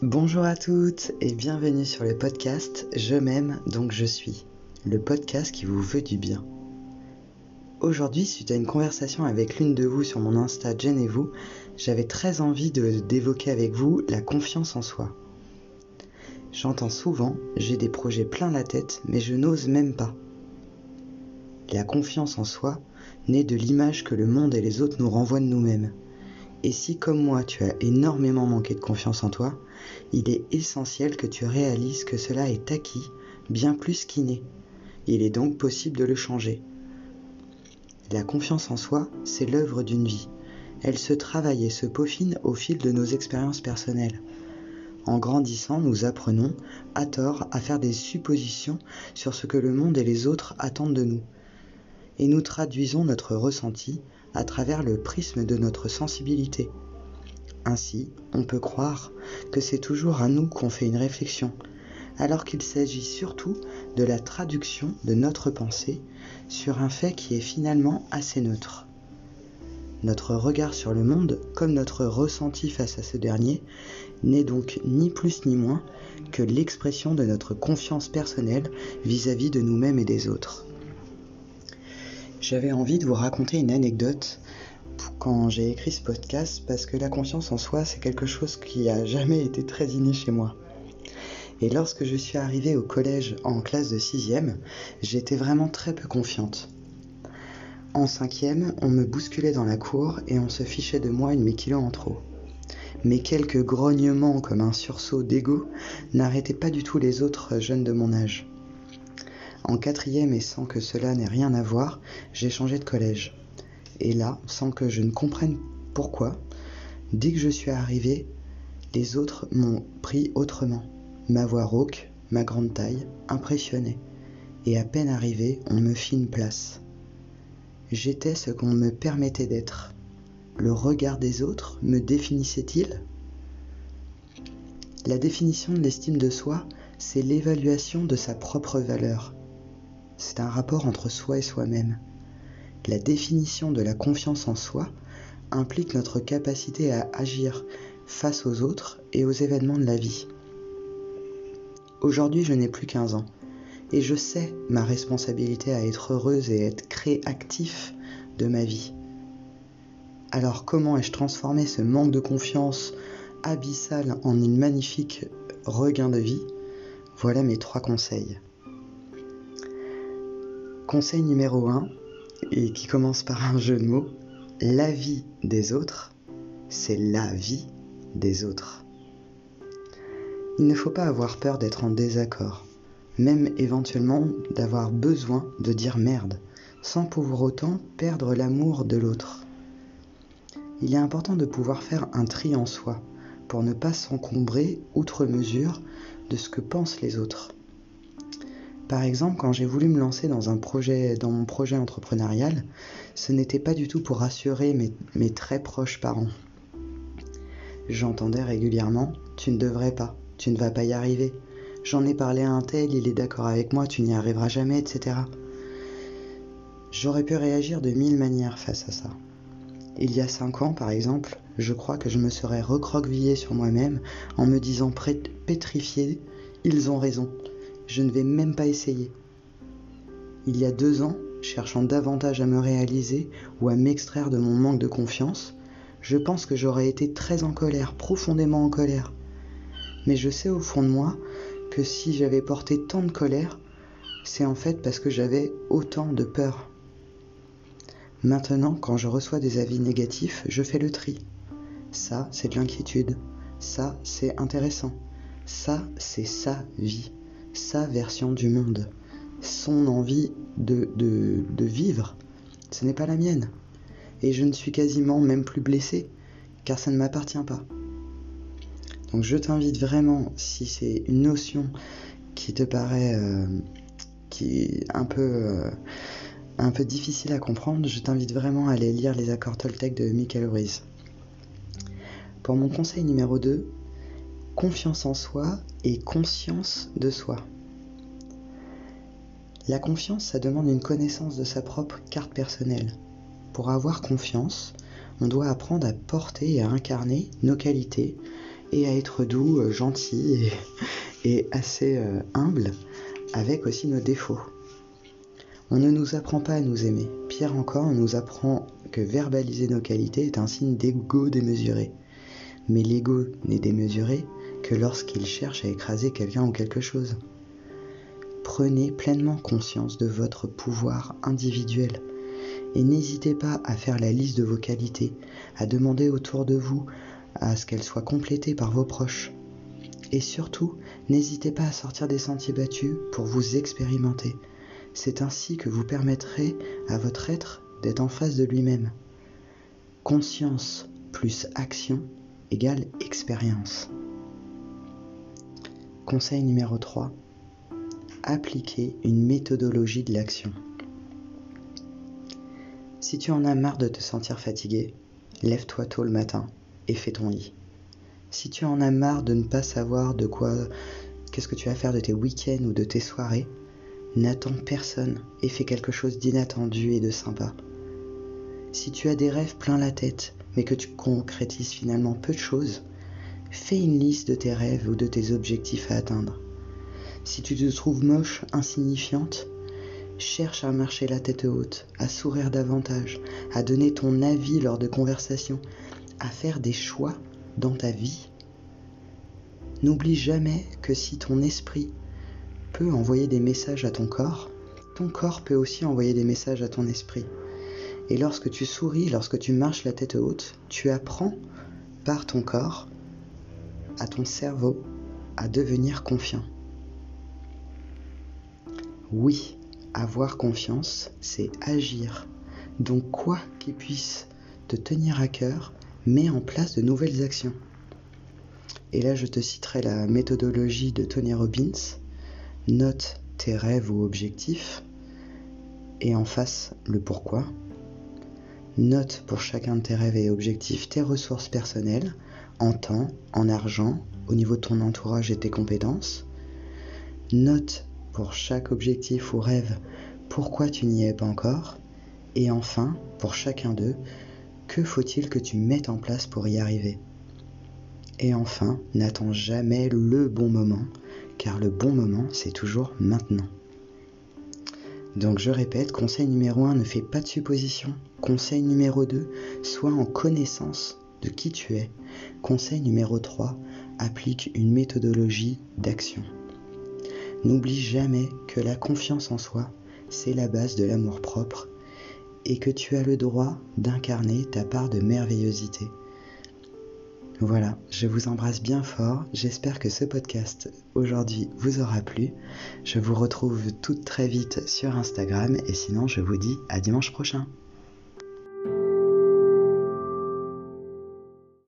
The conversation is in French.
Bonjour à toutes et bienvenue sur le podcast Je m'aime donc je suis, le podcast qui vous veut du bien. Aujourd'hui, suite à une conversation avec l'une de vous sur mon Insta Jen et vous, j'avais très envie d'évoquer avec vous la confiance en soi. J'entends souvent, j'ai des projets plein la tête, mais je n'ose même pas. La confiance en soi naît de l'image que le monde et les autres nous renvoient de nous-mêmes. Et si, comme moi, tu as énormément manqué de confiance en toi, il est essentiel que tu réalises que cela est acquis, bien plus qu'inné. Il est donc possible de le changer. La confiance en soi, c'est l'œuvre d'une vie. Elle se travaille et se peaufine au fil de nos expériences personnelles. En grandissant, nous apprenons, à tort, à faire des suppositions sur ce que le monde et les autres attendent de nous. Et nous traduisons notre ressenti à travers le prisme de notre sensibilité. Ainsi, on peut croire que c'est toujours à nous qu'on fait une réflexion, alors qu'il s'agit surtout de la traduction de notre pensée sur un fait qui est finalement assez neutre. Notre regard sur le monde, comme notre ressenti face à ce dernier, n'est donc ni plus ni moins que l'expression de notre confiance personnelle vis-à-vis de nous-mêmes et des autres. J'avais envie de vous raconter une anecdote quand j'ai écrit ce podcast parce que la confiance en soi, c'est quelque chose qui a jamais été très inné chez moi. Et lorsque je suis arrivée au collège en classe de 6e, j'étais vraiment très peu confiante. En 5e, on me bousculait dans la cour et on se fichait de moi une kilos en trop. Mais quelques grognements comme un sursaut d'ego n'arrêtaient pas du tout les autres jeunes de mon âge. En 4e et sans que cela n'ait rien à voir, j'ai changé de collège. Et là, sans que je ne comprenne pourquoi, dès que je suis arrivé, les autres m'ont pris autrement. Ma voix rauque, ma grande taille, impressionnait. Et à peine arrivé, on me fit une place. J'étais ce qu'on me permettait d'être. Le regard des autres me définissait-il ? La définition de l'estime de soi, c'est l'évaluation de sa propre valeur. C'est un rapport entre soi et soi-même. La définition de la confiance en soi implique notre capacité à agir face aux autres et aux événements de la vie. Aujourd'hui, je n'ai plus 15 ans et je sais ma responsabilité à être heureuse et être créatif de ma vie. Alors comment ai-je transformé ce manque de confiance abyssal en une magnifique regain de vie ? Voilà mes 3 conseils. Conseil numéro 1, et qui commence par un jeu de mots, la vie des autres, c'est la vie des autres. Il ne faut pas avoir peur d'être en désaccord, même éventuellement d'avoir besoin de dire merde, sans pour autant perdre l'amour de l'autre. Il est important de pouvoir faire un tri en soi, pour ne pas s'encombrer outre mesure de ce que pensent les autres. Par exemple, quand j'ai voulu me lancer dans mon projet entrepreneurial, ce n'était pas du tout pour rassurer mes très proches parents. J'entendais régulièrement « tu ne devrais pas, tu ne vas pas y arriver, j'en ai parlé à un tel, il est d'accord avec moi, tu n'y arriveras jamais, etc. » J'aurais pu réagir de 1000 manières face à ça. Il y a 5 ans, par exemple, je crois que je me serais recroquevillé sur moi-même en me disant pétrifié « ils ont raison ». Je ne vais même pas essayer. Il y a 2 ans, cherchant davantage à me réaliser ou à m'extraire de mon manque de confiance, je pense que j'aurais été très en colère, profondément en colère. Mais je sais au fond de moi que si j'avais porté tant de colère, c'est en fait parce que j'avais autant de peur. Maintenant, quand je reçois des avis négatifs, je fais le tri. Ça, c'est de l'inquiétude. Ça, c'est intéressant. Ça, c'est sa vie. Sa version du monde, son envie de vivre, ce n'est pas la mienne. Et je ne suis quasiment même plus blessé, car ça ne m'appartient pas. Donc je t'invite vraiment, si c'est une notion qui te paraît un peu difficile à comprendre, je t'invite vraiment à aller lire les accords Toltec de Michael Ruiz. Pour mon conseil numéro 2, confiance en soi et conscience de soi. La confiance, ça demande une connaissance de sa propre carte personnelle. Pour avoir confiance, on doit apprendre à porter et à incarner nos qualités et à être doux, gentil et assez humble avec aussi nos défauts. On ne nous apprend pas à nous aimer. Pire encore, on nous apprend que verbaliser nos qualités est un signe d'ego démesuré. Mais l'ego n'est démesuré que lorsqu'il cherche à écraser quelqu'un ou quelque chose. Prenez pleinement conscience de votre pouvoir individuel et n'hésitez pas à faire la liste de vos qualités, à demander autour de vous à ce qu'elles soient complétées par vos proches. Et surtout, n'hésitez pas à sortir des sentiers battus pour vous expérimenter. C'est ainsi que vous permettrez à votre être d'être en face de lui-même. Conscience plus action égale expérience. Conseil numéro 3. Appliquez une méthodologie de l'action. Si tu en as marre de te sentir fatigué, lève-toi tôt le matin et fais ton lit. Si tu en as marre de ne pas savoir qu'est-ce que tu vas faire de tes week-ends ou de tes soirées, n'attends personne et fais quelque chose d'inattendu et de sympa. Si tu as des rêves plein la tête, mais que tu concrétises finalement peu de choses, fais une liste de tes rêves ou de tes objectifs à atteindre. Si tu te trouves moche, insignifiante, cherche à marcher la tête haute, à sourire davantage, à donner ton avis lors de conversations, à faire des choix dans ta vie. N'oublie jamais que si ton esprit peut envoyer des messages à ton corps peut aussi envoyer des messages à ton esprit. Et lorsque tu souris, lorsque tu marches la tête haute, tu apprends par ton corps à ton cerveau à devenir confiant. Oui, avoir confiance, c'est agir. Donc quoi qui puisse te tenir à cœur, mets en place de nouvelles actions. Et là, je te citerai la méthodologie de Tony Robbins. Note tes rêves ou objectifs et en face le pourquoi. Note pour chacun de tes rêves et objectifs tes ressources personnelles, en temps, en argent, au niveau de ton entourage et tes compétences. Note pour chaque objectif ou rêve pourquoi tu n'y es pas encore. Et enfin, pour chacun d'eux, que faut-il que tu mettes en place pour y arriver. Et enfin, n'attends jamais le bon moment, car le bon moment, c'est toujours maintenant. Donc je répète, conseil numéro 1, ne fais pas de suppositions. Conseil numéro 2, sois en connaissance de qui tu es. Conseil numéro 3, applique une méthodologie d'action. N'oublie jamais que la confiance en soi, c'est la base de l'amour-propre et que tu as le droit d'incarner ta part de merveillosité. Voilà, je vous embrasse bien fort, j'espère que ce podcast aujourd'hui vous aura plu. Je vous retrouve tout très vite sur Instagram et sinon je vous dis à dimanche prochain.